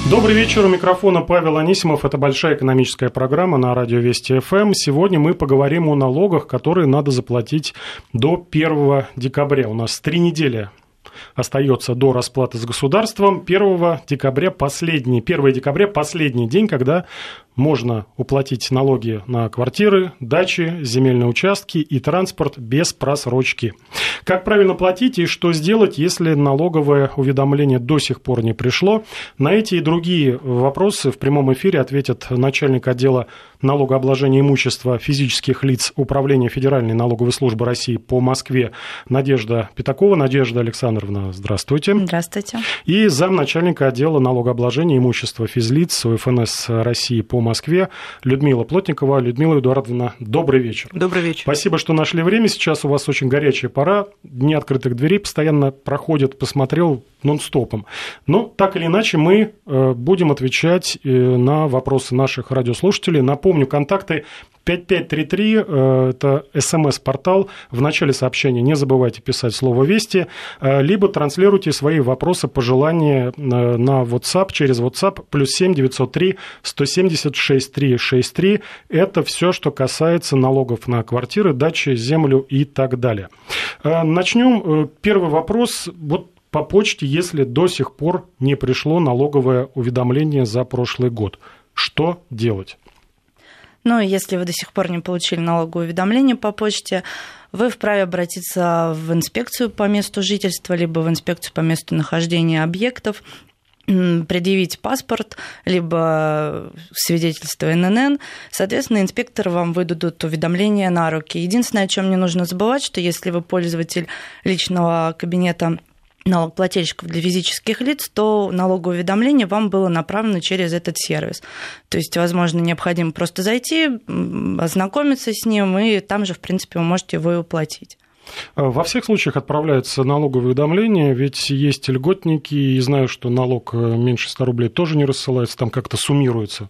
Добрый вечер, у микрофона Павел Анисимов. Это большая экономическая программа на радио Вести ФМ. Сегодня мы поговорим о налогах, которые надо заплатить до 1 декабря. У нас 3 недели остается до расплаты с государством. 1 декабря последний день, когда можно уплатить налоги на квартиры, дачи, земельные участки и транспорт без просрочки. Как правильно платить и что сделать, если налоговое уведомление до сих пор не пришло? На эти и другие вопросы в прямом эфире ответит начальник отдела налогообложения имущества физических лиц Управления Федеральной налоговой службы России по Москве Надежда Пятакова. Надежда Александровна, здравствуйте. Здравствуйте. И замначальника отдела налогообложения имущества физлиц УФНС России по Москве Людмила Плотникова. Людмила Эдуардовна, добрый вечер. Добрый вечер. Спасибо, что нашли время. Сейчас у вас очень горячая пора. Дни открытых дверей постоянно проходят, посмотрел нон-стопом. Но так или иначе мы будем отвечать на вопросы наших радиослушателей. Напомню, контакты 5533, это СМС-портал. В начале сообщения не забывайте писать слово «Вести», либо транслируйте свои вопросы, пожелания на WhatsApp, через WhatsApp, +7 903 170 6363. Это все, что касается налогов на квартиры, дачи, землю и так далее. Начнем. Первый вопрос. Вот по почте, если до сих пор не пришло налоговое уведомление за прошлый год, что делать? Ну, если вы до сих пор не получили налоговое уведомление по почте, вы вправе обратиться в инспекцию по месту жительства, либо в инспекцию по месту нахождения объектов, предъявить паспорт, либо свидетельство ННН. Соответственно, инспекторы вам выдадут уведомление на руки. Единственное, о чем не нужно забывать, что если вы пользователь личного кабинета налогоплательщиков для физических лиц, то налоговое уведомление вам было направлено через этот сервис. То есть, возможно, необходимо просто зайти, ознакомиться с ним, и там же, в принципе, вы можете его и уплатить. Во всех случаях отправляется налоговое уведомление, ведь есть льготники, и знаю, что налог меньше 100 рублей тоже не рассылается, там как-то суммируется.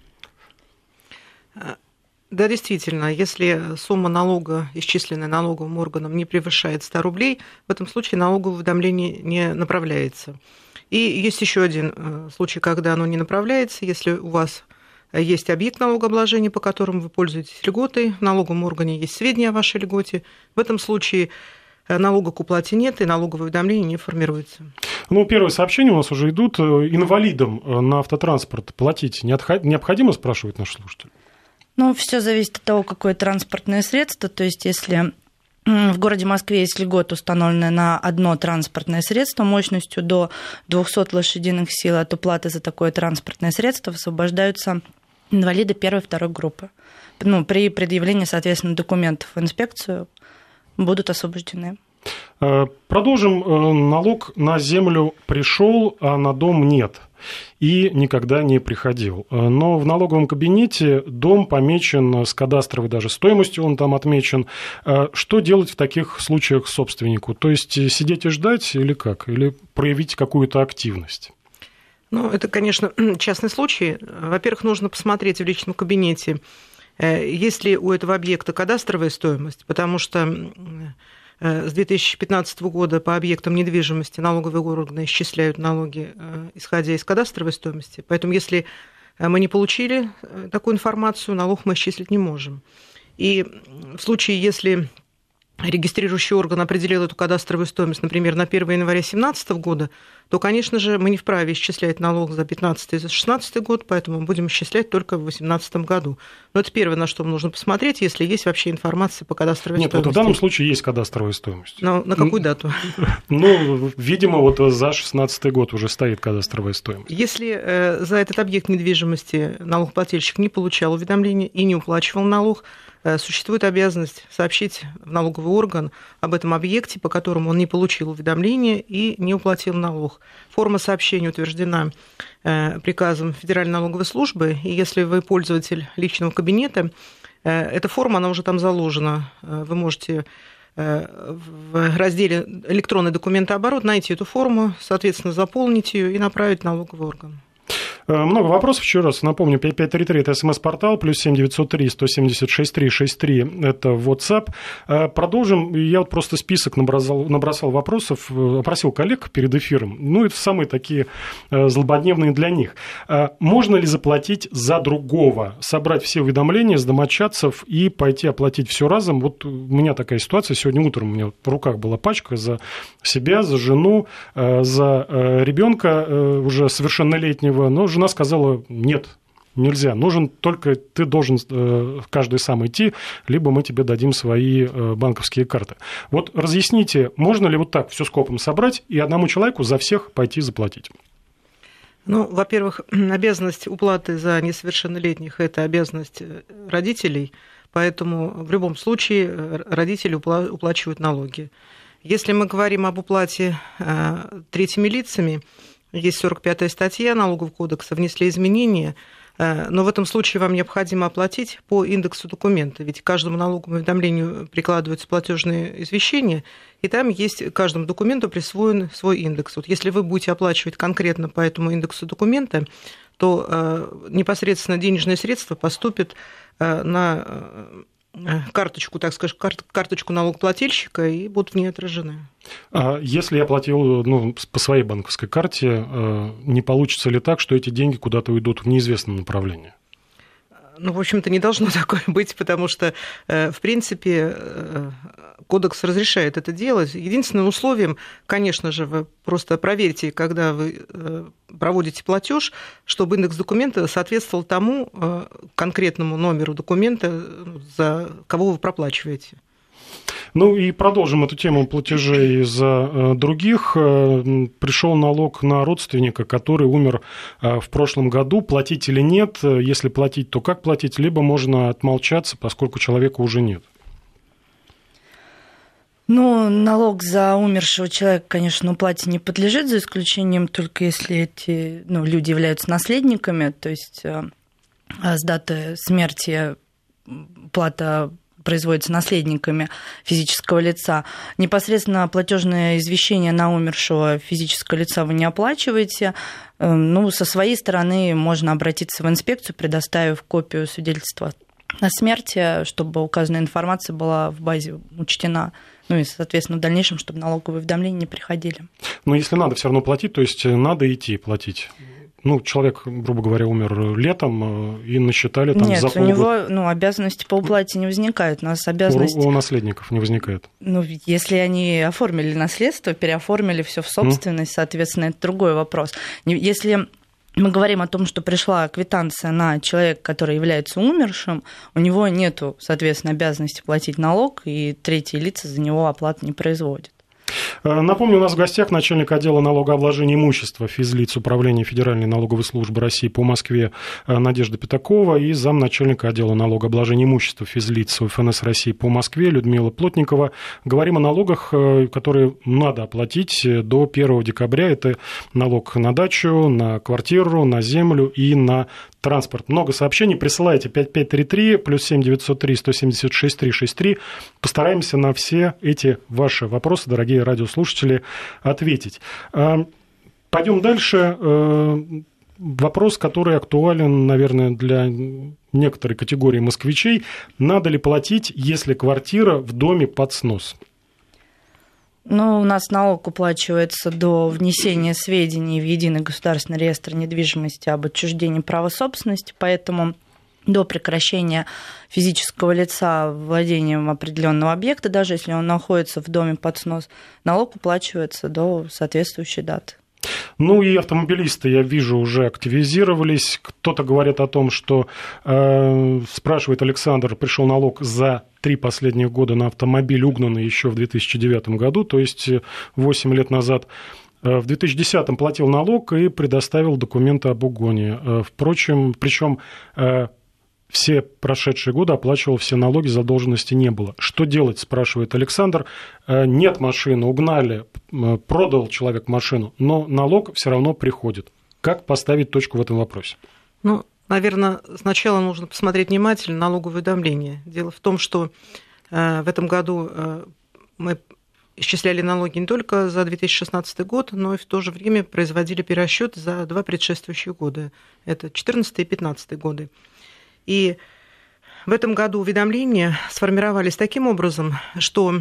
Да, действительно, если сумма налога, исчисленная налоговым органом, не превышает 100 рублей, в этом случае налоговое уведомление не направляется. И есть еще один случай, когда оно не направляется, если у вас есть объект налогообложения, по которому вы пользуетесь льготой, в налоговом органе есть сведения о вашей льготе, в этом случае налога к уплате нет, и налоговое уведомление не формируется. Ну, первые сообщения у нас уже идут. Инвалидам на автотранспорт платить необходимо, спрашивают наши слушатели? Ну, все зависит от того, какое транспортное средство. То есть, если в городе Москве есть льгота, установленная на одно транспортное средство мощностью до 200 лошадиных сил, от уплаты за такое транспортное средство освобождаются инвалиды первой и второй группы. Ну, при предъявлении, соответственно, документов в инспекцию будут освобождены. Продолжим. Налог на землю пришел, а на дом нет. И никогда не приходил. Но в налоговом кабинете дом помечен с кадастровой даже стоимостью, он там отмечен. Что делать в таких случаях собственнику? То есть сидеть и ждать или как? Или проявить какую-то активность? Ну, это, конечно, частный случай. Во-первых, нужно посмотреть в личном кабинете, есть ли у этого объекта кадастровая стоимость, потому что с 2015 года по объектам недвижимости налоговые органы исчисляют налоги, исходя из кадастровой стоимости. Поэтому, если мы не получили такую информацию, налог мы исчислить не можем. И в случае, если регистрирующий орган определил эту кадастровую стоимость, например, на 1 января 2017 года, то, конечно же, мы не вправе исчислять налог за 2015 и за 2016 год, поэтому мы будем исчислять только в 2018 году. Но это первое, на что нужно посмотреть, если есть вообще информация по кадастровой стоимости. Нет, вот в данном случае есть кадастровая стоимость. Но на какую дату? Ну, видимо, вот за 2016 год уже стоит кадастровая стоимость. Если за этот объект недвижимости налогоплательщик не получал уведомления и не уплачивал налог, существует обязанность сообщить в налоговый орган об этом объекте, по которому он не получил уведомления и не уплатил налог. Форма сообщения утверждена приказом Федеральной налоговой службы, и если вы пользователь личного кабинета, эта форма, она уже там заложена. Вы можете в разделе «Электронный документооборот» найти эту форму, соответственно, заполнить ее и направить в налоговый орган. Много вопросов. Еще раз напомню, 5533 – это СМС-портал, +7 903 176 363 – это WhatsApp. Продолжим. Я вот просто список набросал вопросов, опросил коллег перед эфиром. Ну, это самые такие злободневные для них. Можно ли заплатить за другого? Собрать все уведомления с домочадцев и пойти оплатить все разом? Вот у меня такая ситуация. Сегодня утром у меня в руках была пачка за себя, за жену, за ребенка уже совершеннолетнего, но жена сказала: нет, нельзя, ты должен каждый сам идти, либо мы тебе дадим свои банковские карты. Вот разъясните, можно ли вот так все скопом собрать и одному человеку за всех пойти заплатить? Ну, во-первых, обязанность уплаты за несовершеннолетних – это обязанность родителей, поэтому в любом случае родители уплачивают налоги. Если мы говорим об уплате третьими лицами, есть 45-я статья Налогового кодекса, внесли изменения, но в этом случае вам необходимо оплатить по индексу документа, ведь к каждому налоговому уведомлению прикладываются платежные извещения, и там есть каждому документу присвоен свой индекс. Вот если вы будете оплачивать конкретно по этому индексу документа, то непосредственно денежные средства поступят на карточку, так скажем, карточку налогоплательщика и будут в ней отражены. А если я платил по своей банковской карте, не получится ли так, что эти деньги куда-то уйдут в неизвестном направлении? Ну, в общем-то, не должно такое быть, потому что, в принципе, кодекс разрешает это делать. Единственным условием, конечно же, вы просто проверьте, когда вы проводите платеж, чтобы индекс документа соответствовал тому конкретному номеру документа, за кого вы проплачиваете. Ну и продолжим эту тему платежей за других. Пришел налог на родственника, который умер в прошлом году. Платить или нет? Если платить, то как платить? Либо можно отмолчаться, поскольку человека уже нет. Ну, налог за умершего человека, конечно, уплате не подлежит, за исключением только если эти люди являются наследниками, то есть с даты смерти плата производится наследниками физического лица. Непосредственно платежное извещение на умершего физического лица вы не оплачиваете. Ну, со своей стороны можно обратиться в инспекцию, предоставив копию свидетельства о смерти, чтобы указанная информация была в базе учтена. Ну и, соответственно, в дальнейшем, чтобы налоговые уведомления не приходили. Но если надо все равно платить, то есть надо идти платить. Ну, человек, грубо говоря, умер летом и насчитали там Нет, за полгода. Нет, у него обязанности по уплате не возникают. У нас обязанности... У наследников не возникает. Ну, если они оформили наследство, переоформили все в собственность, соответственно, это другой вопрос. Если мы говорим о том, что пришла квитанция на человека, который является умершим, у него нет, соответственно, обязанности платить налог, и третьи лица за него оплату не производят. Напомню, у нас в гостях начальник отдела налогообложения имущества физлиц Управления Федеральной налоговой службы России по Москве Надежда Пятакова и замначальника отдела налогообложения имущества физлиц ФНС России по Москве Людмила Плотникова. Говорим о налогах, которые надо оплатить до 1 декабря. Это налог на дачу, на квартиру, на землю и на транспорт. Много сообщений. Присылайте 5533 +7 903 176 363. Постараемся на все эти ваши вопросы, дорогие радиослушатели, ответить. Пойдем дальше. Вопрос, который актуален, наверное, для некоторой категории москвичей. Надо ли платить, если квартира в доме под снос? Ну, у нас налог уплачивается до внесения сведений в Единый государственный реестр недвижимости об отчуждении права собственности, поэтому до прекращения физического лица владением определенного объекта, даже если он находится в доме под снос, налог уплачивается до соответствующей даты. Ну и автомобилисты, я вижу, уже активизировались. Кто-то говорит о том, что, спрашивает Александр, пришел налог за 3 последних года на автомобиль, угнанный еще в 2009 году, то есть 8 лет назад. В 2010 платил налог и предоставил документы об угоне. Впрочем, причем все прошедшие годы оплачивал все налоги, задолженности не было. Что делать, спрашивает Александр. Нет машины, угнали, продал человек машину, но налог все равно приходит. Как поставить точку в этом вопросе? Ну, наверное, сначала нужно посмотреть внимательно налоговое уведомление. Дело в том, что в этом году мы исчисляли налоги не только за 2016 год, но и в то же время производили перерасчет за 2 предшествующие года. Это 2014 и 2015 годы. И в этом году уведомления сформировались таким образом, что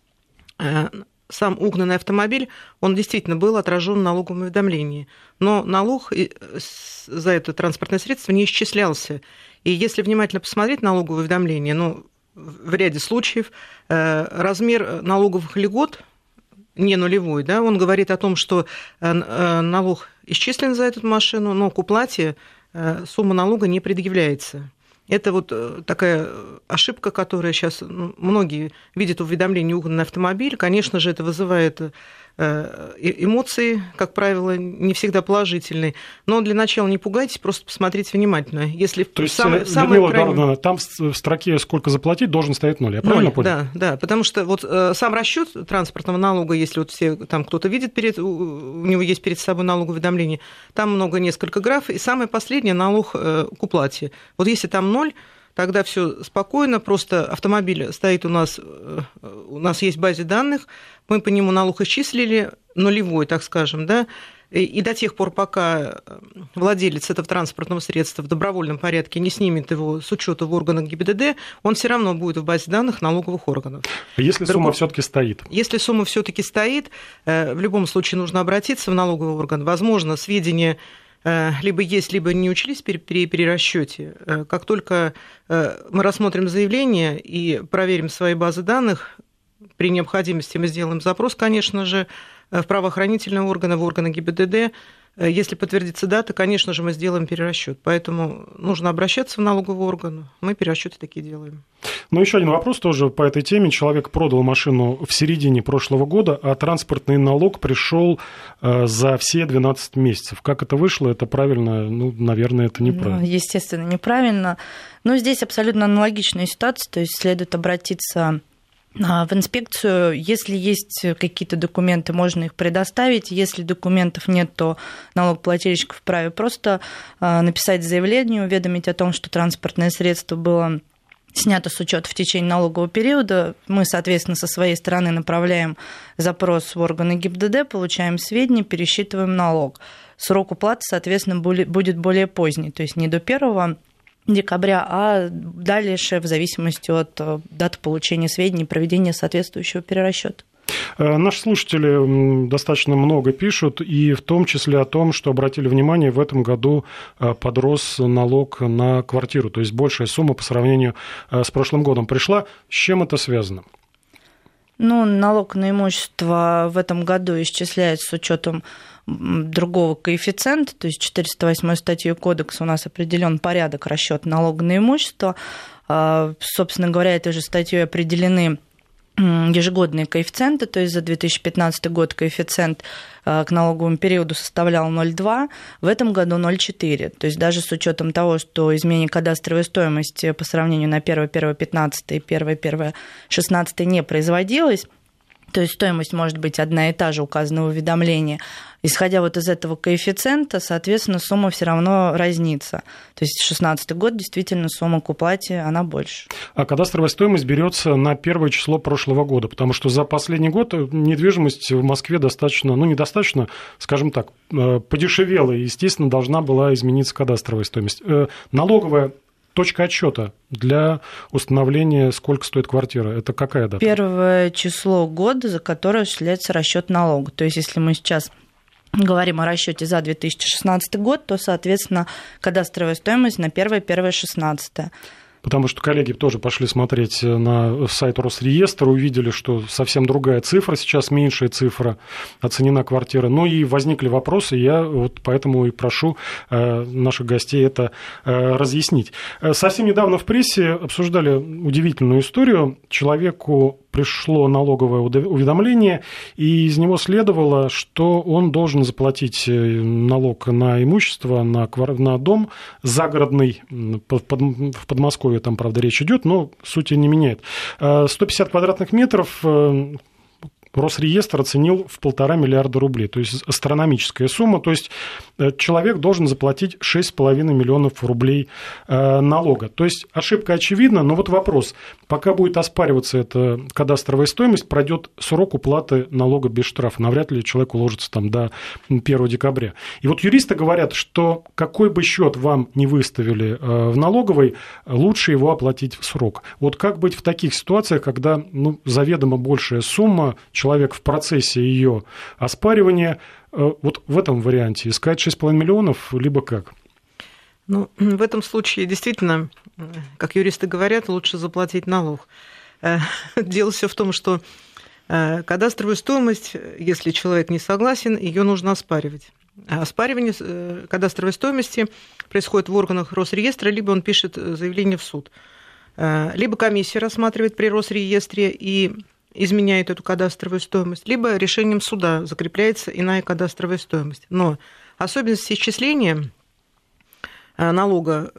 сам угнанный автомобиль, он действительно был отражен в налоговом уведомлении, но налог за это транспортное средство не исчислялся. И если внимательно посмотреть налоговое уведомление, в ряде случаев размер налоговых льгот не нулевой, да, он говорит о том, что налог исчислен за эту машину, но к уплате сумма налога не предъявляется. Это вот такая ошибка, которую сейчас многие видят в уведомлении «угнанный автомобиль». Конечно же, это вызывает эмоции, как правило, не всегда положительные. Но для начала не пугайтесь, просто посмотрите внимательно. Если то есть, Людмила Эдуардовна, там в строке «сколько заплатить» должен стоять 0, я правильно понял? Да, потому что вот сам расчет транспортного налога, если вот все, там кто-то видит, у него есть перед собой налоговое уведомление, там несколько граф, и самое последнее – налог к уплате. Вот если там 0, тогда все спокойно, просто автомобиль стоит у нас есть в базе данных, мы по нему налог исчислили, нулевой, так скажем, да, и до тех пор, пока владелец этого транспортного средства в добровольном порядке не снимет его с учета в органах ГИБДД, он все равно будет в базе данных налоговых органов. Если сумма все-таки стоит? Если сумма все-таки стоит, в любом случае нужно обратиться в налоговый орган. Возможно, сведения либо есть, либо не учлись при перерасчете. Как только мы рассмотрим заявление и проверим свои базы данных, при необходимости мы сделаем запрос, конечно же, в правоохранительные органы, в органы ГИБДД. Если подтвердится дата, конечно же, мы сделаем перерасчет. Поэтому нужно обращаться в налоговый орган. Мы перерасчеты такие делаем. Ну, еще один вопрос тоже по этой теме. Человек продал машину в середине прошлого года, а транспортный налог пришел за все 12 месяцев. Как это вышло? Это правильно? Ну, наверное, это неправильно. Естественно, неправильно. Но здесь абсолютно аналогичная ситуация. То есть следует обратиться в инспекцию. Если есть какие-то документы, можно их предоставить. Если документов нет, то налогоплательщик вправе просто написать заявление, уведомить о том, что транспортное средство было снято с учета в течение налогового периода. Мы, соответственно, со своей стороны направляем запрос в органы ГИБДД, получаем сведения, пересчитываем налог. Срок уплаты, соответственно, будет более поздний, то есть не до 1 декабря, а дальше в зависимости от даты получения сведений и проведения соответствующего перерасчета. Наши слушатели достаточно много пишут, и в том числе о том, что обратили внимание, в этом году подрос налог на квартиру, то есть большая сумма по сравнению с прошлым годом пришла. С чем это связано? Налог на имущество в этом году исчисляется с учетом другого коэффициента, то есть 408 статьей Кодекса у нас определен порядок расчета налога на имущество. Собственно говоря, этой же статьей определены ежегодные коэффициенты, то есть за 2015 год коэффициент к налоговому периоду составлял 0,2, в этом году 0,4. То есть даже с учетом того, что изменение кадастровой стоимости по сравнению на 1.1.15 и 1.1.16 не производилось, то есть стоимость может быть одна и та же указанного уведомления. Исходя вот из этого коэффициента, соответственно, сумма все равно разнится. То есть 2016 год действительно сумма к уплате, она больше. А кадастровая стоимость берется на первое число прошлого года, потому что за последний год недвижимость в Москве достаточно, недостаточно, скажем так, подешевела, и, естественно, должна была измениться кадастровая стоимость. Налоговая точка отсчета для установления, сколько стоит квартира, это какая дата? Первое число года, за которое осуществляется расчет налога. То есть, если мы сейчас говорим о расчете за 2016 год, то, соответственно, кадастровая стоимость на 1.1.16. Потому что коллеги тоже пошли смотреть на сайт Росреестра, увидели, что совсем другая цифра, сейчас меньшая цифра оценена квартира. И возникли вопросы, я вот поэтому и прошу наших гостей это разъяснить. Совсем недавно в прессе обсуждали удивительную историю. Человеку пришло налоговое уведомление, и из него следовало, что он должен заплатить налог на имущество, на дом загородный в Подмосковье, там, правда, речь идет, но сути не меняет. 150 квадратных метров, Росреестр оценил в 1,5 миллиарда рублей, то есть астрономическая сумма, то есть человек должен заплатить 6,5 миллионов рублей налога. То есть ошибка очевидна, но вот вопрос, пока будет оспариваться эта кадастровая стоимость, пройдет срок уплаты налога без штрафа, навряд ли человек уложится там до 1 декабря. И вот юристы говорят, что какой бы счет вам не выставили в налоговой, лучше его оплатить в срок. Вот как быть в таких ситуациях, когда заведомо большая сумма, человек в процессе ее оспаривания, вот в этом варианте искать 6,5 миллионов, либо как? В этом случае действительно, как юристы говорят, лучше заплатить налог. Дело все в том, что кадастровую стоимость, если человек не согласен, ее нужно оспаривать. Оспаривание кадастровой стоимости происходит в органах Росреестра, либо он пишет заявление в суд, либо комиссия рассматривает при Росреестре и изменяет эту кадастровую стоимость, либо решением суда закрепляется иная кадастровая стоимость. Но особенности исчисления налога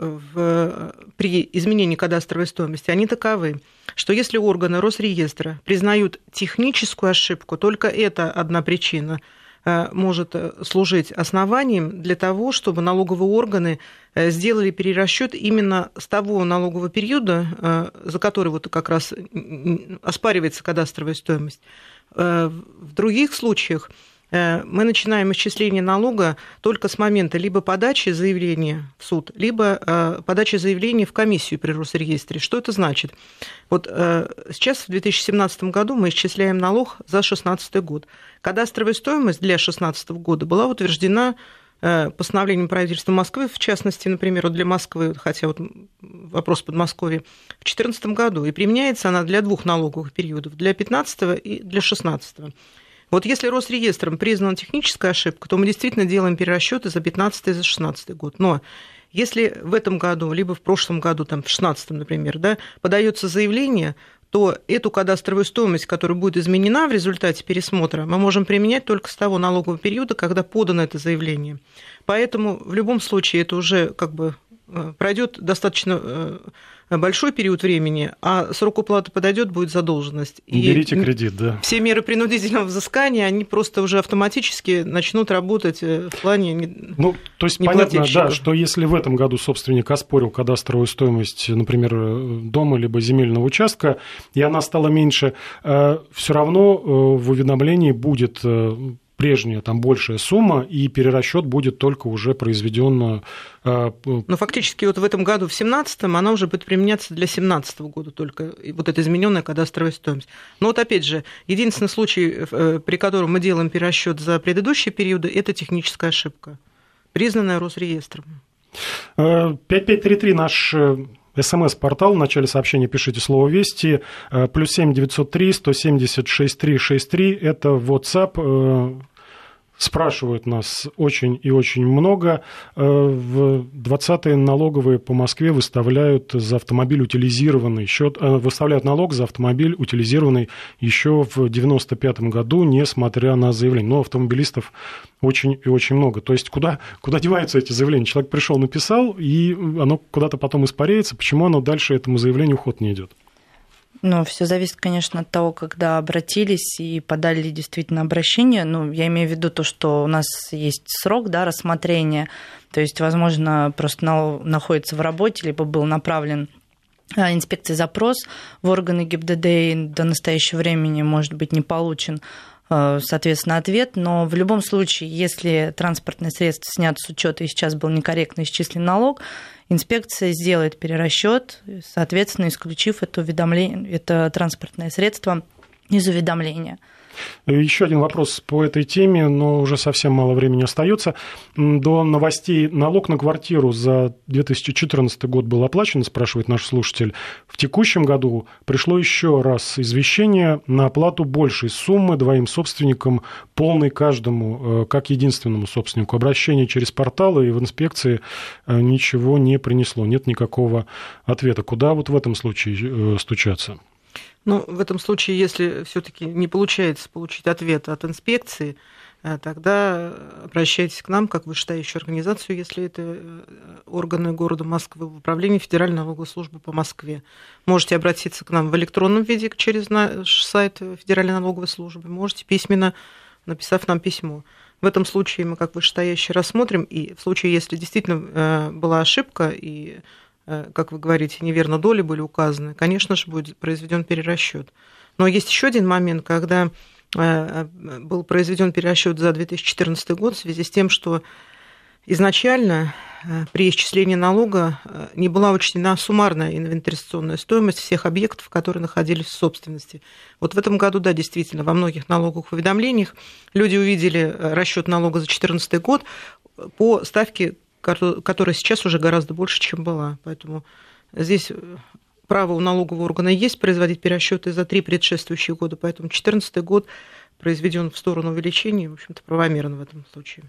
при изменении кадастровой стоимости, они таковы, что если органы Росреестра признают техническую ошибку, только это одна причина может служить основанием для того, чтобы налоговые органы сделали перерасчет именно с того налогового периода, за который вот как раз оспаривается кадастровая стоимость. В других случаях мы начинаем исчисление налога только с момента либо подачи заявления в суд, либо подачи заявления в комиссию при Росреестре. Что это значит? Вот сейчас, в 2017 году, мы исчисляем налог за 2016 год. Кадастровая стоимость для 2016 года была утверждена постановлением правительства Москвы, в частности, например, для Москвы, хотя вот вопрос Подмосковья, в 2014 году, и применяется она для двух налоговых периодов, для 2015 и для 2016. Вот если Росреестром признана техническая ошибка, то мы действительно делаем перерасчеты за 2015 и за 2016 год. Но если в этом году, либо в прошлом году, там, в 2016, например, подается заявление, то эту кадастровую стоимость, которая будет изменена в результате пересмотра, мы можем применять только с того налогового периода, когда подано это заявление. Поэтому в любом случае это уже пройдет достаточно большой период времени, а срок уплаты подойдет, будет задолженность. Берите кредит, да. Все меры принудительного взыскания, они просто уже автоматически начнут работать в плане то есть понятно, да, что если в этом году собственник оспорил кадастровую стоимость, например, дома либо земельного участка, и она стала меньше, все равно в уведомлении будет прежняя там большая сумма, и перерасчет будет только уже произведен. Но фактически вот в этом году, в 2017-м, она уже будет применяться для 2017 года только, вот эта измененная кадастровая стоимость. Но вот опять же, единственный случай, при котором мы делаем перерасчет за предыдущие периоды, это техническая ошибка, признанная Росреестром. 5533 наш СМС-портал, в начале сообщения пишите слово «Вести», +7 903 170 6363, это WhatsApp. Спрашивают нас очень и очень много. В 20-е налоговые по Москве выставляют за автомобиль утилизированный выставляют налог за автомобиль утилизированный еще в 1995 году, несмотря на заявление. Но автомобилистов очень и очень много. То есть куда деваются эти заявления? Человек пришел, написал, и оно куда-то потом испаряется. Почему оно дальше этому заявлению ход не идет? Все зависит, конечно, от того, когда обратились и подали действительно обращение. Я имею в виду то, что у нас есть срок рассмотрения, то есть, возможно, просто находится в работе, либо был направлен инспекцией запрос в органы ГИБДД, и до настоящего времени, может быть, не получен, соответственно, ответ. Но в любом случае, если транспортное средство снято с учета и сейчас был некорректно исчислен налог, инспекция сделает перерасчет, соответственно, исключив это транспортное средство из уведомления. Еще один вопрос по этой теме, но уже совсем мало времени остается. До новостей: налог на квартиру за 2014 год был оплачен, спрашивает наш слушатель. В текущем году пришло еще раз извещение на оплату большей суммы двоим собственникам, полной каждому, как единственному собственнику. Обращение через порталы и в инспекции ничего не принесло, нет никакого ответа. Куда вот в этом случае стучаться? В этом случае, если все-таки не получается получить ответ от инспекции, тогда обращайтесь к нам, как вышестоящую организацию, если это органы города Москвы, в управлении Федеральной налоговой службы по Москве. Можете обратиться к нам в электронном виде через наш сайт Федеральной налоговой службы, можете письменно, написав нам письмо. В этом случае мы, как вышестоящие, рассмотрим, и в случае, если действительно была ошибка, и, как вы говорите, неверно доли были указаны, конечно же, будет произведен перерасчет. Но есть еще один момент, когда был произведен перерасчет за 2014 год в связи с тем, что изначально при исчислении налога не была учтена суммарная инвентаризационная стоимость всех объектов, которые находились в собственности. Вот в этом году, да, действительно, во многих налоговых уведомлениях люди увидели расчет налога за 2014 год по ставке, которая сейчас уже гораздо больше, чем была. Поэтому здесь право у налогового органа есть производить перерасчеты за 3 предшествующие года, поэтому 2014 год произведен в сторону увеличения, в общем-то, правомерно в этом случае.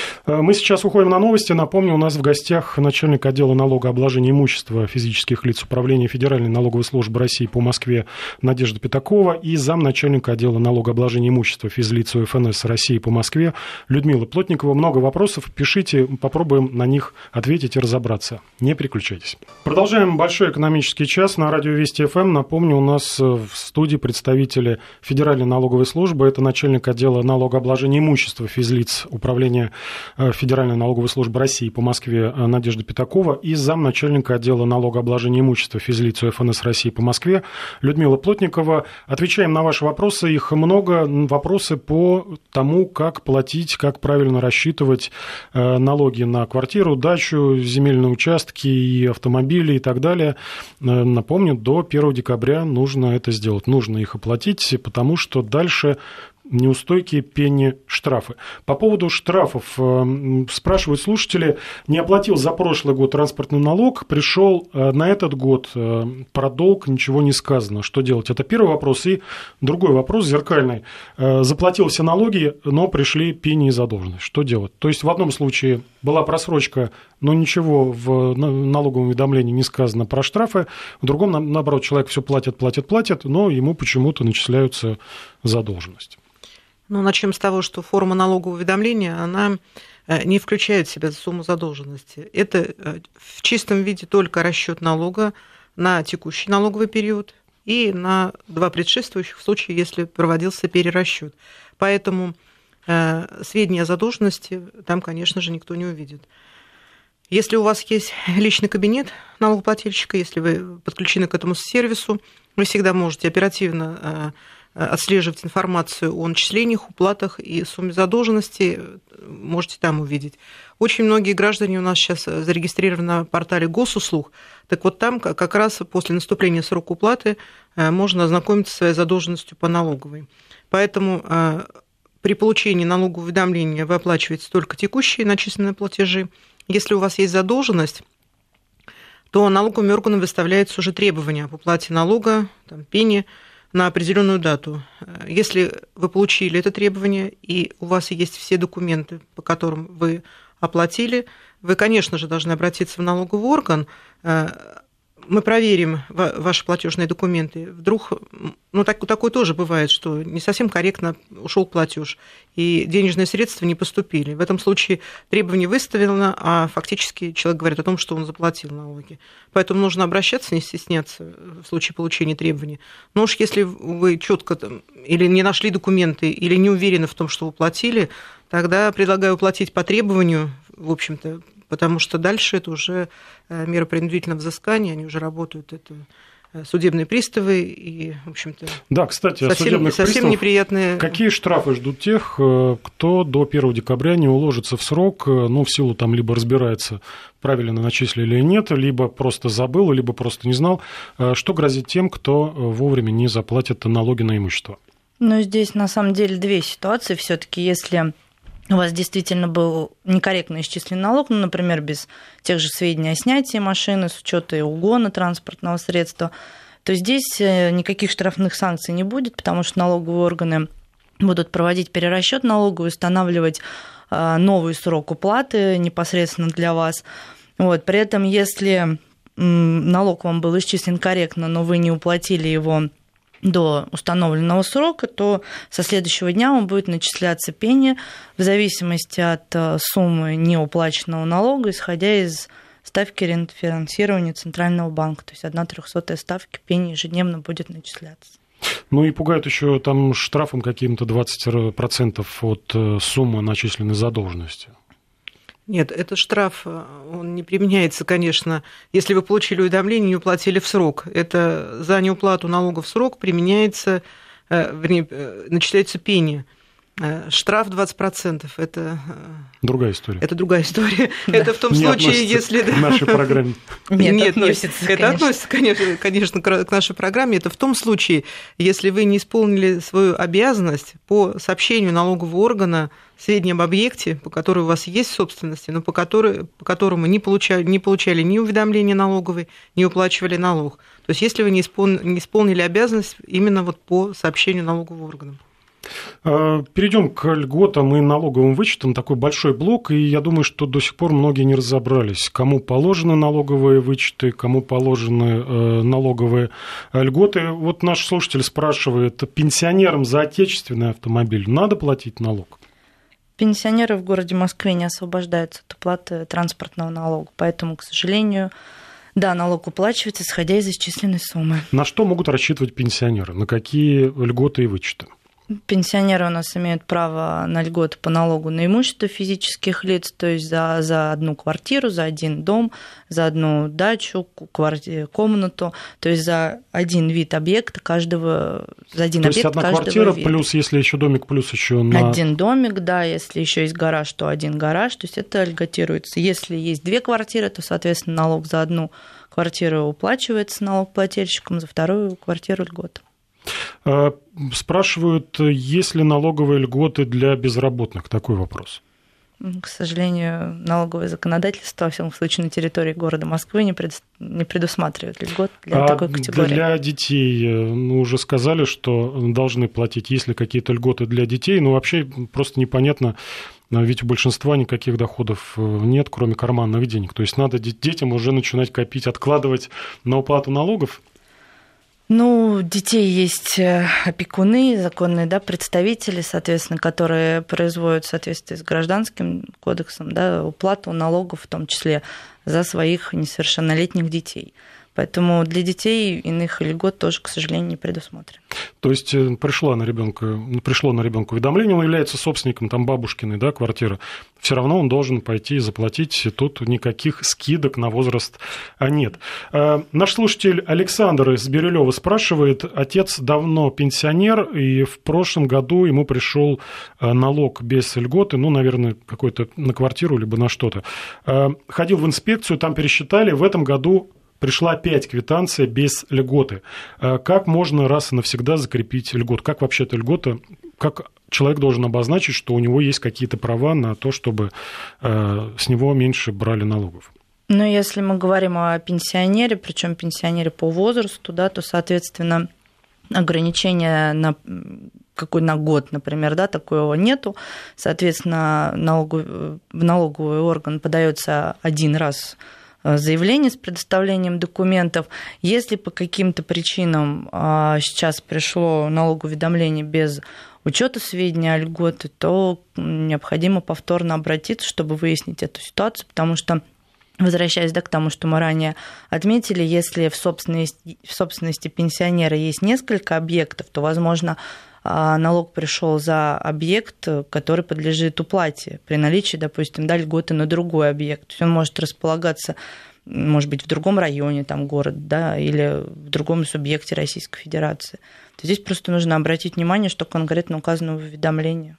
Мы сейчас уходим на новости. Напомню, у нас в гостях начальник отдела налогообложения имущества физических лиц Управления Федеральной налоговой службы России по Москве Надежда Пятакова и замначальника отдела налогообложения имущества физлиц ФНС России по Москве Людмила Плотникова. Много вопросов. Пишите, попробуем на них ответить и разобраться. Не переключайтесь. Продолжаем большой экономический час на радио Вести ФМ. Напомню, у нас в студии представители Федеральной налоговой службы. Это начальник отдела налогообложения имущества физлиц Управления Федеральной налоговой службы России по Москве Надежда Пятакова и замначальника отдела налогообложения имущества физлиц ФНС России по Москве Людмила Плотникова. Отвечаем на ваши вопросы. Их много. Вопросы по тому, как платить, как правильно рассчитывать налоги на квартиру, дачу, земельные участки и автомобили и так далее. Напомню, до 1 декабря нужно это сделать. Нужно их оплатить, потому что дальше неустойки, пени, штрафы. По поводу штрафов спрашивают слушатели, не оплатил за прошлый год транспортный налог, пришел на этот год про долг, ничего не сказано. Что делать? Это первый вопрос. И другой вопрос, зеркальный. Заплатил все налоги, но пришли пени и задолженность. Что делать? То есть в одном случае была просрочка, но ничего в налоговом уведомлении не сказано про штрафы. В другом, наоборот, человек все платит, но ему почему-то начисляются задолженность. Ну, начнем с того, что форма налогового уведомления, она не включает в себя сумму задолженности. Это в чистом виде только расчет налога на текущий налоговый период и на 2 предшествующих в случае, если проводился перерасчет. Поэтому сведения о задолженности там, конечно же, никто не увидит. Если у вас есть личный кабинет налогоплательщика, если вы подключены к этому сервису, вы всегда можете оперативно отслеживать информацию о начислениях, уплатах и сумме задолженности, можете там увидеть. Очень многие граждане у нас сейчас зарегистрированы на портале госуслуг, так вот там как раз после наступления срока уплаты можно ознакомиться со своей задолженностью по налоговой. Поэтому при получении налогового уведомления вы оплачиваете только текущие начисленные платежи. Если у вас есть задолженность, то налоговыми органами выставляются уже требования об уплате налога, там, пени, на определенную дату. Если вы получили это требование и у вас есть все документы, по которым вы оплатили, вы, конечно же, должны обратиться в налоговый орган. Мы проверим ваши платежные документы. Вдруг, такое тоже бывает, что не совсем корректно ушел платеж, и денежные средства не поступили. В этом случае требование выставлено, а фактически человек говорит о том, что он заплатил налоги. Поэтому нужно обращаться, не стесняться в случае получения требований. Но уж если вы четко или не нашли документы, или не уверены в том, что вы платили, тогда предлагаю платить по требованию, в общем-то, потому что дальше это уже меры принудительного взыскания, они уже работают, это судебные приставы и, в общем-то, да, кстати, о судебных совсем неприятные... Какие штрафы ждут тех, кто до 1 декабря не уложится в срок, в силу там либо разбирается, правильно начислили или нет, либо просто забыл, либо просто не знал. Что грозит тем, кто вовремя не заплатит налоги на имущество? Здесь на самом деле 2 ситуации. Все-таки, если у вас действительно был некорректно исчислен налог, например, без тех же сведений о снятии машины, с учета угона транспортного средства, то здесь никаких штрафных санкций не будет, потому что налоговые органы будут проводить перерасчет налога и устанавливать новый срок уплаты непосредственно для вас. При этом, если налог вам был исчислен корректно, но вы не уплатили его до установленного срока, то со следующего дня он будет начисляться пени в зависимости от суммы неуплаченного налога, исходя из ставки рефинансирования Центрального банка. То есть 1/300 ставки пени ежедневно будет начисляться. Ну и пугают еще там штрафом каким-то 20% от суммы начисленной задолженности. Нет, этот штраф, он не применяется, конечно, если вы получили уведомление и не уплатили в срок. Это за неуплату налогов в срок применяется, начисляется пени. Штраф 20% – это другая история. Это другая история. Да. Это в том случае, если... К нашей программе. Нет, это относится, конечно, к нашей программе. Это в том случае, если вы не исполнили свою обязанность по сообщению налогового органа сведения об объекте, по которому у вас есть собственности, но по которому не получали ни уведомления налоговые, не уплачивали налог. То есть если вы не исполнили обязанность именно вот по сообщению налогового органа. Перейдем к льготам и налоговым вычетам. Такой большой блок, и я думаю, что до сих пор многие не разобрались, кому положены налоговые вычеты, кому положены налоговые льготы. Вот наш слушатель спрашивает, пенсионерам за отечественный автомобиль надо платить налог? Пенсионеры в городе Москве не освобождаются от уплаты транспортного налога, поэтому, к сожалению, да, налог уплачивается, исходя из исчисленной суммы. На что могут рассчитывать пенсионеры? На какие льготы и вычеты? Пенсионеры у нас имеют право на льготы по налогу на имущество физических лиц, то есть за одну квартиру, за один дом, за одну дачу, комнату, то есть за один вид объекта каждого, за один то объект каждого вида. То есть одна квартира, вида. Плюс, если еще домик, плюс еще на... Один домик, да, если еще есть гараж, то один гараж, то есть это льготируется. Если есть две квартиры, то, соответственно, налог за одну квартиру уплачивается налогоплательщиком, за вторую квартиру льгота. Спрашивают, есть ли налоговые льготы для безработных? Такой вопрос. К сожалению, налоговое законодательство, во всяком случае, на территории города Москвы не предусматривает льгот для такой категории. Для детей, уже сказали, что должны платить, есть ли какие-то льготы для детей, но вообще просто непонятно, ведь у большинства никаких доходов нет, кроме карманных денег. То есть надо детям уже начинать копить, откладывать на уплату налогов. Ну, у детей есть опекуны, законные, да, представители, соответственно, которые производят в соответствии с Гражданским кодексом, да, уплату налогов, в том числе за своих несовершеннолетних детей. Поэтому для детей иных льгот тоже, к сожалению, не предусмотрено. То есть пришло на ребенка уведомление, он является собственником там бабушкиной, да, квартиры, все равно он должен пойти и заплатить, тут никаких скидок на возраст нет. Наш слушатель Александр из Бирюлёва спрашивает, отец давно пенсионер, и в прошлом году ему пришел налог без льготы, наверное, какой-то на квартиру либо на что-то. Ходил в инспекцию, там пересчитали, в этом году пришла опять квитанция без льготы. Как можно раз и навсегда закрепить льготу? Как вообще эта льгота, как человек должен обозначить, что у него есть какие-то права на то, чтобы с него меньше брали налогов? Ну, если мы говорим о пенсионере, причем пенсионере по возрасту, да, то, соответственно, ограничения на год, например, да, такого нету. Соответственно, в налоговый орган подается один раз заявление с предоставлением документов. Если по каким-то причинам сейчас пришло налогоуведомление без учета сведений о льготе, то необходимо повторно обратиться, чтобы выяснить эту ситуацию, потому что, возвращаясь к тому, что мы ранее отметили, если в собственности пенсионера есть несколько объектов, то, возможно, налог пришел за объект, который подлежит уплате при наличии, допустим, льготы на другой объект. То есть он может располагаться, может быть, в другом районе города, да, или в другом субъекте Российской Федерации. То здесь просто нужно обратить внимание, что конкретно указано в уведомлении.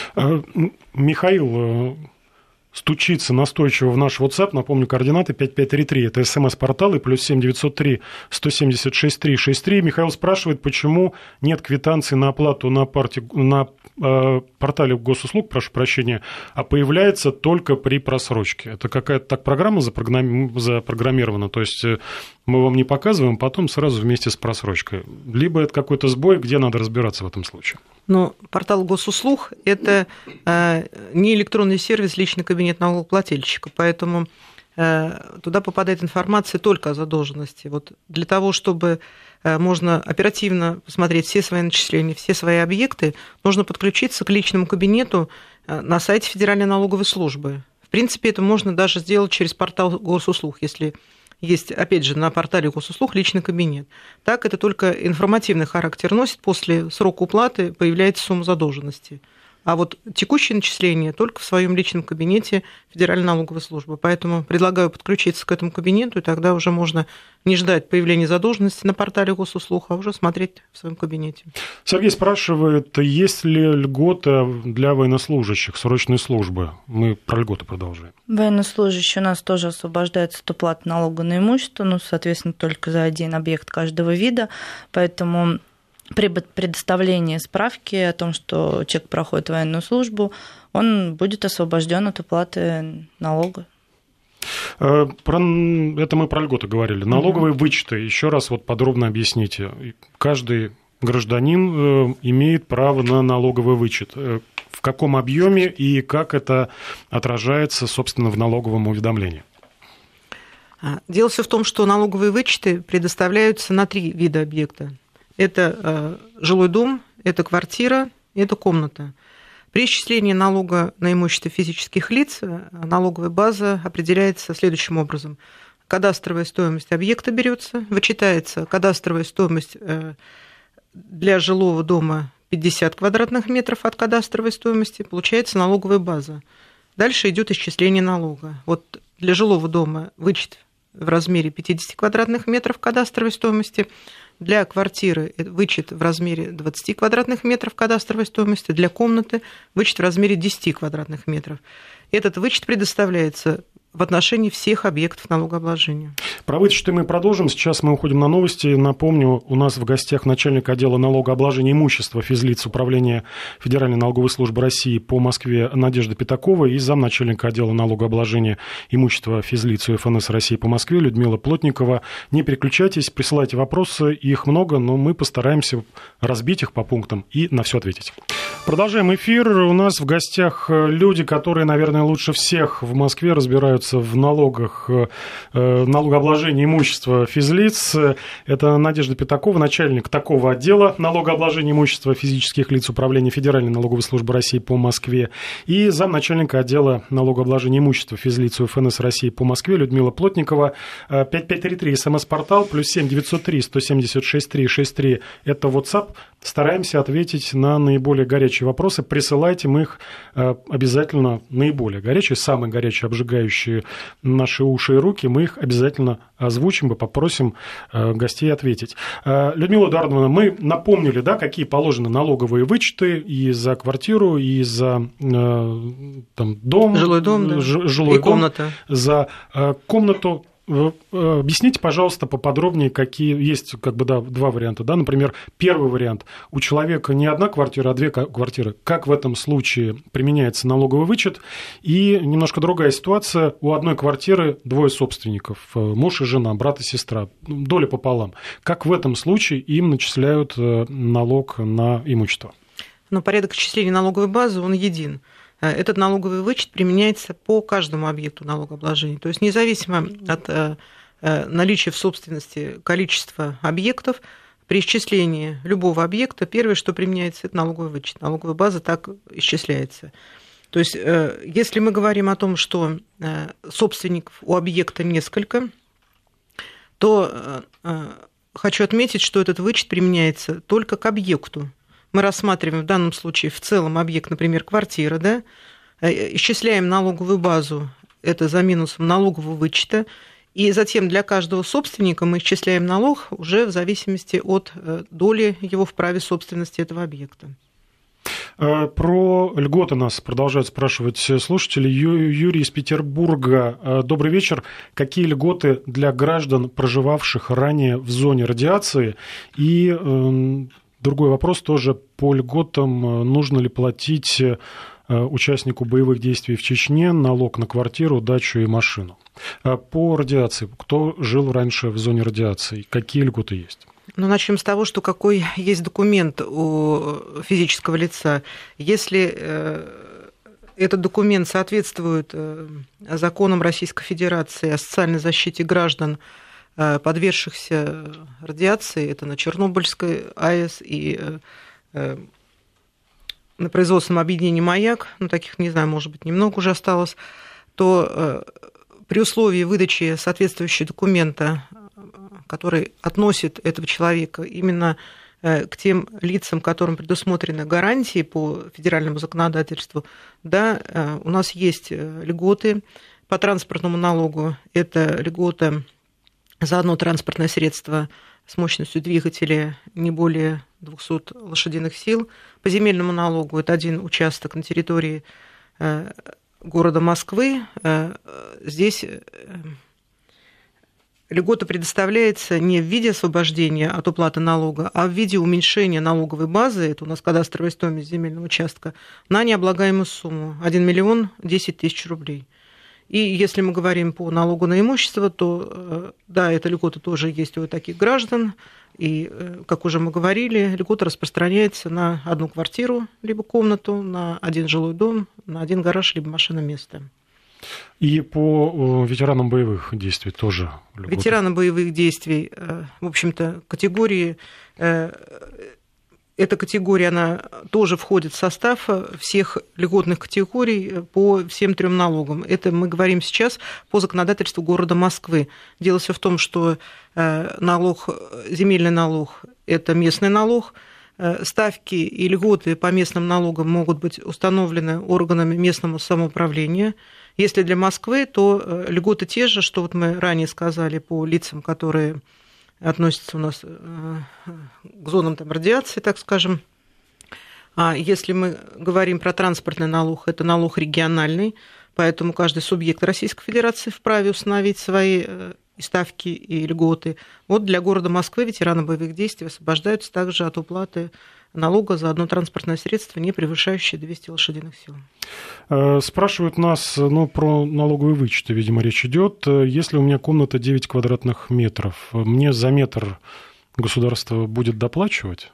Михаил стучится настойчиво в наш WhatsApp, напомню, координаты 5533, это СМС-портал, и +7 903 176 363. Михаил спрашивает, почему нет квитанции на оплату на портале госуслуг, прошу прощения, а появляется только при просрочке. Это какая-то так программа запрограммирована, то есть мы вам не показываем, потом сразу вместе с просрочкой. Либо это какой-то сбой, где надо разбираться в этом случае. Но портал госуслуг – это не электронный сервис, личный кабинет налогоплательщика, поэтому туда попадает информация только о задолженности. Вот для того, чтобы можно оперативно посмотреть все свои начисления, все свои объекты, нужно подключиться к личному кабинету на сайте Федеральной налоговой службы. В принципе, это можно даже сделать через портал госуслуг, если есть, опять же, на портале госуслуг личный кабинет. Так, это только информативный характер носит, после срока уплаты появляется сумма задолженности. А вот текущие начисления только в своем личном кабинете Федеральной налоговой службы. Поэтому предлагаю подключиться к этому кабинету, и тогда уже можно не ждать появления задолженности на портале госуслуг, а уже смотреть в своем кабинете. Сергей спрашивает, есть ли льгота для военнослужащих срочной службы? Мы про льготы продолжаем. Военнослужащие у нас тоже освобождаются от уплаты налога на имущество, соответственно, только за один объект каждого вида. Поэтому при предоставлении справки о том, что человек проходит военную службу, он будет освобожден от уплаты налога. Это мы про льготы говорили. Налоговые вычеты, еще раз вот подробно объясните. Каждый гражданин имеет право на налоговый вычет. В каком объеме и как это отражается, собственно, в налоговом уведомлении? Дело все в том, что налоговые вычеты предоставляются на 3 вида объекта. Это жилой дом, это квартира, это комната. При исчислении налога на имущество физических лиц налоговая база определяется следующим образом. Кадастровая стоимость объекта берется, вычитается кадастровая стоимость для жилого дома 50 квадратных метров от кадастровой стоимости, получается налоговая база. Дальше идет исчисление налога. Вот для жилого дома вычет в размере 50 квадратных метров кадастровой стоимости, для квартиры вычет в размере 20 квадратных метров кадастровой стоимости, для комнаты вычет в размере 10 квадратных метров. Этот вычет предоставляется в отношении всех объектов налогообложения. Про вычеты мы продолжим. Сейчас мы уходим на новости. Напомню, у нас в гостях начальник отдела налогообложения имущества физлиц Управления Федеральной налоговой службы России по Москве Надежда Пятакова и замначальника отдела налогообложения имущества физлиц ФНС России по Москве Людмила Плотникова. Не переключайтесь, присылайте вопросы. Их много, но мы постараемся разбить их по пунктам и на все ответить. Продолжаем эфир. У нас в гостях люди, которые, наверное, лучше всех в Москве разбираются в налогах, налогообложении имущества физлиц. Это Надежда Пятакова, начальник такого отдела налогообложения имущества физических лиц Управления Федеральной налоговой службы России по Москве и замначальника отдела налогообложения имущества физлиц ФНС России по Москве Людмила Плотникова. 5533 СМС-портал, +7 903 176 363 это WhatsApp. Стараемся ответить на наиболее горячие вопросы. Присылайте, мы их обязательно, наиболее горячие, самые горячие, обжигающие наши уши и руки, мы их обязательно озвучим и попросим гостей ответить. Людмила Эдуардовна, мы напомнили, да, какие положены налоговые вычеты и за квартиру, и за дом, жилой дом, да. Жилой и дом, комната. За комнату. Объясните, пожалуйста, поподробнее, какие есть два варианта. Да? Например, первый вариант. У человека не одна квартира, а 2 квартиры. Как в этом случае применяется налоговый вычет? И немножко другая ситуация. У одной квартиры 2 собственников. Муж и жена, брат и сестра. Доля пополам. Как в этом случае им начисляют налог на имущество? Порядок исчисления налоговой базы, он един. Этот налоговый вычет применяется по каждому объекту налогообложения. То есть независимо от наличия в собственности количества объектов, при исчислении любого объекта первое, что применяется, это налоговый вычет. Налоговая база так исчисляется. То есть если мы говорим о том, что собственников у объекта несколько, то хочу отметить, что этот вычет применяется только к объекту. Мы рассматриваем в данном случае в целом объект, например, квартира, да, исчисляем налоговую базу, это за минусом налогового вычета, и затем для каждого собственника мы исчисляем налог уже в зависимости от доли его в праве собственности этого объекта. Про льготы нас продолжают спрашивать слушатели. Юрий из Петербурга. Добрый вечер. Какие льготы для граждан, проживавших ранее в зоне радиации? И другой вопрос тоже по льготам. Нужно ли платить участнику боевых действий в Чечне налог на квартиру, дачу и машину? По радиации. Кто жил раньше в зоне радиации? Какие льготы есть? Начнем с того, что какой есть документ у физического лица. Если этот документ соответствует законам Российской Федерации о социальной защите граждан, подвергшихся радиации. Это на Чернобыльской АЭС и на производственном объединении «Маяк», ну, таких, не знаю, может быть, немного уже осталось, то при условии выдачи соответствующего документа, который относит этого человека именно к тем лицам, которым предусмотрены гарантии по федеральному законодательству, да, у нас есть льготы по транспортному налогу. Это льгота за одно транспортное средство с мощностью двигателя не более 200 лошадиных сил. По земельному налогу это один участок на территории города Москвы. Здесь льгота предоставляется не в виде освобождения от уплаты налога, а в виде уменьшения налоговой базы, это у нас кадастровая стоимость земельного участка, на необлагаемую сумму 1 миллион 10 тысяч рублей. И если мы говорим по налогу на имущество, то да, эта льгота тоже есть у таких граждан. И, как уже мы говорили, льгота распространяется на одну квартиру, либо комнату, на один жилой дом, на один гараж, либо машиноместо. И по ветеранам боевых действий тоже льготы? Ветераны боевых действий, в общем-то, категории... Эта категория, она тоже входит в состав всех льготных категорий по всем трем налогам. Это мы говорим сейчас по законодательству города Москвы. Дело все в том, что налог, земельный налог – это местный налог. Ставки и льготы по местным налогам могут быть установлены органами местного самоуправления. Если для Москвы, то льготы те же, что вот мы ранее сказали по лицам, которые относятся у нас к зонам там, радиации, так скажем. А если мы говорим про транспортный налог, это налог региональный, поэтому каждый субъект Российской Федерации вправе установить свои ставки и льготы. Вот для города Москвы ветераны боевых действий освобождаются также от уплаты налога за одно транспортное средство, не превышающее 200 лошадиных сил. Спрашивают нас, про налоговые вычеты, видимо, речь идет. Если у меня комната 9 квадратных метров, мне за метр государство будет доплачивать?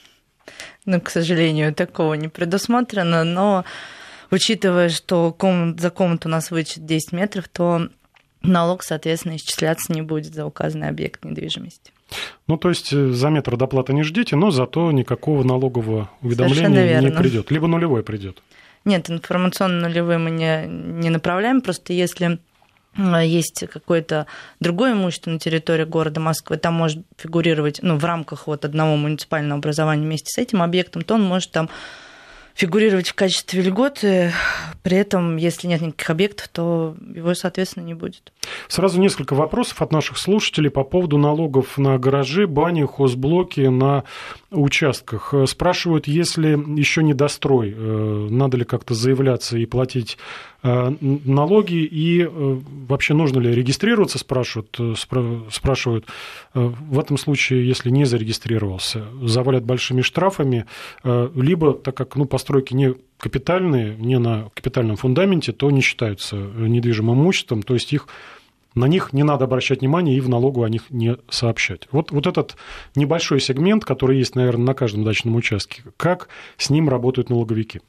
К сожалению, такого не предусмотрено, но учитывая, что за комнату у нас вычет 10 метров, то налог, соответственно, исчисляться не будет за указанный объект недвижимости. То есть за метр доплаты не ждите, но зато никакого налогового уведомления не придет. Либо нулевой придет. Нет, информационно нулевой мы не направляем. Просто если есть какое-то другое имущество на территории города Москвы, там может фигурировать в рамках одного муниципального образования вместе с этим объектом, то он может там фигурировать в качестве льготы, при этом, если нет никаких объектов, то его, соответственно, не будет. Сразу несколько вопросов от наших слушателей по поводу налогов на гаражи, бани, хозблоки на участках. Спрашивают, если еще недострой, надо ли как-то заявляться и платить налоги, и вообще нужно ли регистрироваться, спрашивают. В этом случае, если не зарегистрировался, завалят большими штрафами, либо, так как постройки не капитальные, не на капитальном фундаменте, то не считаются недвижимым имуществом, то есть на них не надо обращать внимание и в налогу о них не сообщать. Вот этот небольшой сегмент, который есть, наверное, на каждом дачном участке, как с ним работают налоговики?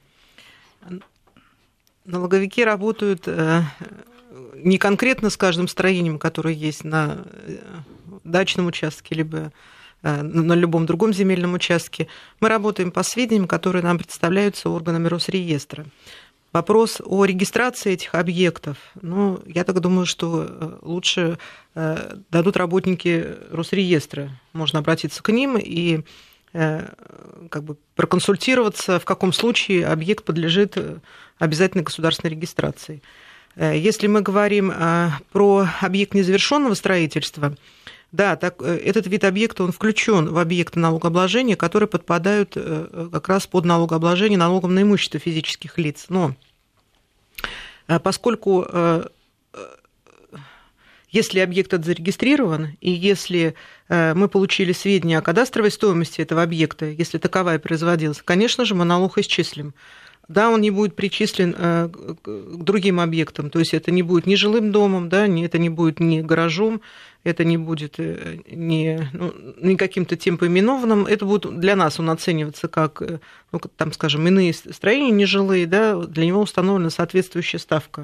Налоговики работают не конкретно с каждым строением, которое есть на дачном участке, либо на любом другом земельном участке. Мы работаем по сведениям, которые нам представляются органами Росреестра. Вопрос о регистрации этих объектов, я так думаю, что лучше дадут работники Росреестра. Можно обратиться к ним и проконсультироваться, в каком случае объект подлежит обязательной государственной регистрации. Если мы говорим про объект незавершенного строительства, да, этот вид объекта, он включен в объекты налогообложения, которые подпадают как раз под налогообложение налогом на имущество физических лиц. Но поскольку если объект зарегистрирован, и если мы получили сведения о кадастровой стоимости этого объекта, если таковая производилась, конечно же, мы налог исчислим. Да, он не будет причислен к другим объектам, то есть это не будет ни жилым домом, да, это не будет ни гаражом, это не будет ни каким-то тем поименованным, это будет для нас он оцениваться как, там, скажем, иные строения нежилые, да, для него установлена соответствующая ставка.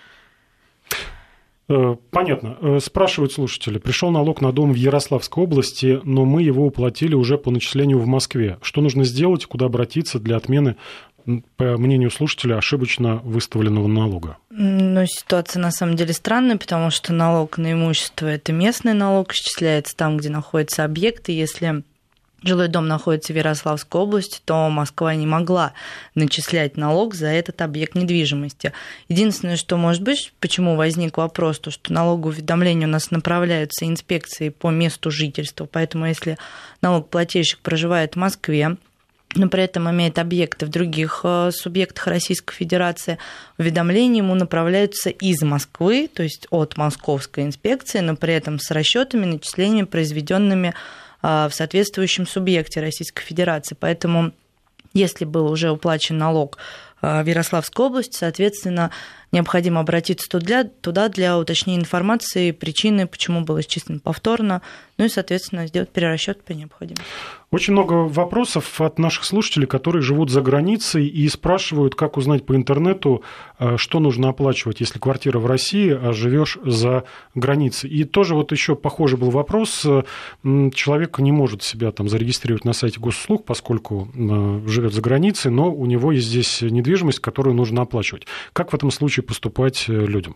Понятно. Спрашивают слушатели. Пришел налог на дом в Ярославской области, но мы его уплатили уже по начислению в Москве. Что нужно сделать, куда обратиться для отмены, по мнению слушателя, ошибочно выставленного налога? Ситуация на самом деле странная, потому что налог на имущество – это местный налог, исчисляется там, где находится объект, и если жилой дом находится в Ярославской области, то Москва не могла начислять налог за этот объект недвижимости. Единственное, что может быть, почему возник вопрос, то что налогоуведомления у нас направляются инспекции по месту жительства, поэтому если налогоплательщик проживает в Москве, но при этом имеет объекты в других субъектах Российской Федерации, уведомления ему направляются из Москвы, то есть от Московской инспекции, но при этом с расчетами, начислениями, произведенными в соответствующем субъекте Российской Федерации. Поэтому, если был уже уплачен налог в Ярославской области, соответственно, необходимо обратиться туда для уточнения информации, причины, почему было исчислено повторно, и, соответственно, сделать перерасчет при необходимости. Очень много вопросов от наших слушателей, которые живут за границей и спрашивают, как узнать по интернету, что нужно оплачивать, если квартира в России, а живешь за границей. И тоже вот еще похожий был вопрос. Человек не может себя там зарегистрировать на сайте госуслуг, поскольку живет за границей, но у него есть здесь недвижимость, которую нужно оплачивать. Как в этом случае поступать людям?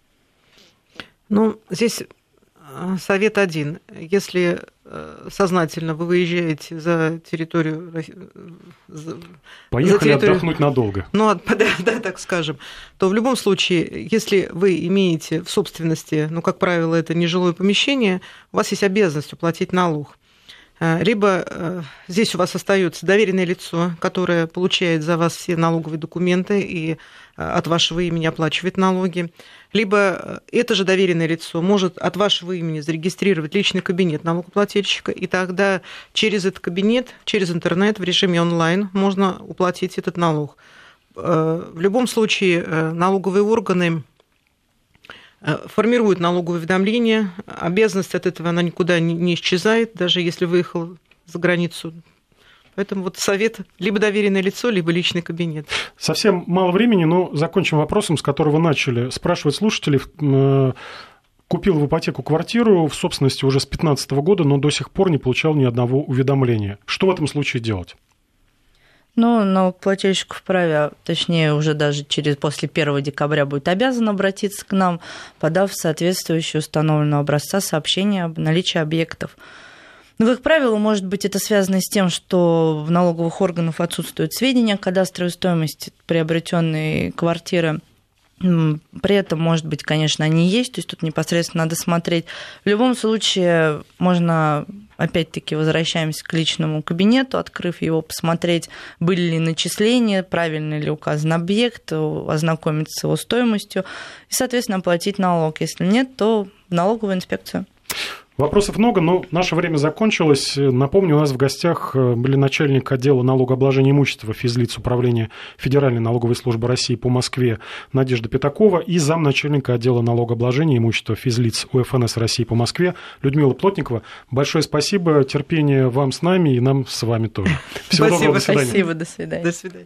Здесь совет один. Если сознательно вы выезжаете за территорию... Поехали отдохнуть надолго. Так скажем. То в любом случае, если вы имеете в собственности, как правило, это нежилое помещение, у вас есть обязанность уплатить налог. Либо здесь у вас остается доверенное лицо, которое получает за вас все налоговые документы и от вашего имени оплачивает налоги. Либо это же доверенное лицо может от вашего имени зарегистрировать личный кабинет налогоплательщика, и тогда через этот кабинет, через интернет в режиме онлайн можно уплатить этот налог. В любом случае налоговые органы формируют налоговые уведомления, обязанность от этого она никуда не исчезает, даже если выехал за границу. Поэтому совет – либо доверенное лицо, либо личный кабинет. Совсем мало времени, но закончим вопросом, с которого начали. Спрашивают слушатели, купил в ипотеку квартиру в собственности уже с 2015 года, но до сих пор не получал ни одного уведомления. Что в этом случае делать? Налогоплательщик вправе, точнее, уже даже после 1 декабря будет обязан обратиться к нам, подав соответствующее установленного образца сообщение об наличии объектов. Как правило, может быть, это связано с тем, что в налоговых органах отсутствуют сведения о кадастровой стоимости приобретенной квартиры. При этом, может быть, конечно, они есть, то есть тут непосредственно надо смотреть. В любом случае, можно, опять-таки, возвращаемся к личному кабинету, открыв его, посмотреть, были ли начисления, правильно ли указан объект, ознакомиться с его стоимостью и, соответственно, оплатить налог. Если нет, то в налоговую инспекцию. Вопросов много, но наше время закончилось. Напомню, у нас в гостях были начальник отдела налогообложения имущества физлиц Управления Федеральной налоговой службы России по Москве Надежда Пятакова и замначальника отдела налогообложения имущества физлиц УФНС России по Москве Людмила Плотникова. Большое спасибо, терпения вам с нами и нам с вами тоже. Всего доброго, до свидания. Спасибо, до свидания. До свидания.